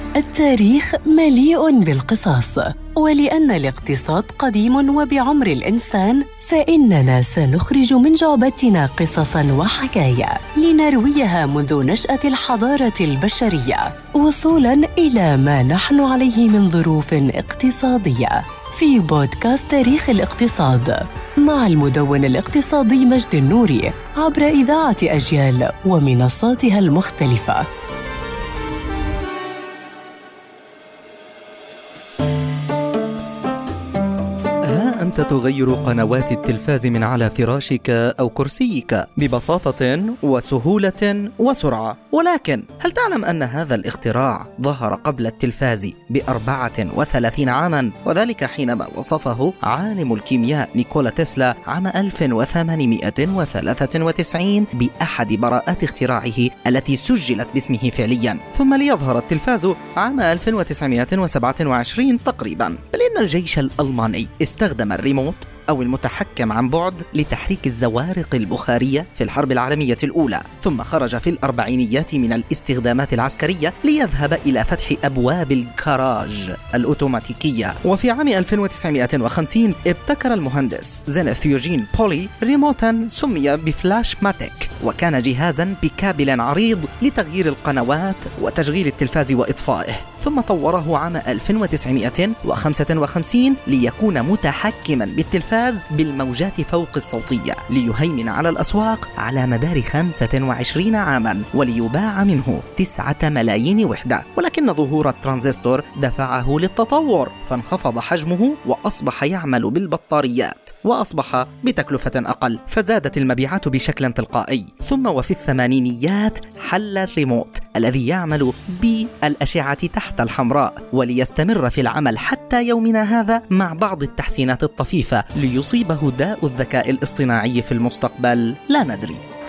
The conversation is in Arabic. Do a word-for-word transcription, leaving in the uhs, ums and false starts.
التاريخ مليء بالقصص، ولأن الاقتصاد قديم وبعمر الإنسان، فإننا سنخرج من جعبتنا قصصاً وحكايا لنرويها منذ نشأة الحضارة البشرية وصولاً إلى ما نحن عليه من ظروف اقتصادية. في بودكاست تاريخ الاقتصاد مع المدون الاقتصادي مجد النوري عبر إذاعة أجيال ومنصاتها المختلفة. أنت تغير قنوات التلفاز من على فراشك أو كرسيك ببساطة وسهولة وسرعة، ولكن هل تعلم أن هذا الاختراع ظهر قبل التلفاز بأربعة وثلاثين عاما، وذلك حينما وصفه عالم الكيمياء نيكولا تسلا عام ألف وثمانمائة وثلاثة وتسعين بأحد براءات اختراعه التي سجلت باسمه فعليا، ثم ليظهر التلفاز عام ألف وتسعمائة وسبعة وعشرين تقريبا. بل إن الجيش الألماني استخدم الريموت أو المتحكم عن بعد لتحريك الزوارق البخارية في الحرب العالمية الأولى، ثم خرج في الأربعينيات من الاستخدامات العسكرية ليذهب إلى فتح أبواب الكراج الأوتوماتيكية. وفي عام ألف وتسعمائة وخمسين ابتكر المهندس زينث يوجين بولي ريموتا سمي بفلاش ماتيك، وكان جهازا بكابل عريض لتغيير القنوات وتشغيل التلفاز وإطفائه، ثم طوره عام ألف وتسعمائة وخمسة وخمسين ليكون متحكما بالتلفاز بالموجات فوق الصوتية ليهيمن على الأسواق على مدار خمسة وعشرين عاما، وليباع منه تسعة ملايين وحدة. ولكن ظهور الترانزستور دفعه للتطور، فانخفض حجمه وأصبح يعمل بالبطاريات وأصبح بتكلفة أقل، فزادت المبيعات بشكل تلقائي. ثم وفي الثمانينيات حل الريموت الذي يعمل بالأشعة تحت الحمراء، وليستمر في العمل حتى يومنا هذا مع بعض التحسينات الطفيفة ليصيبه داء الذكاء الاصطناعي في المستقبل لا ندري.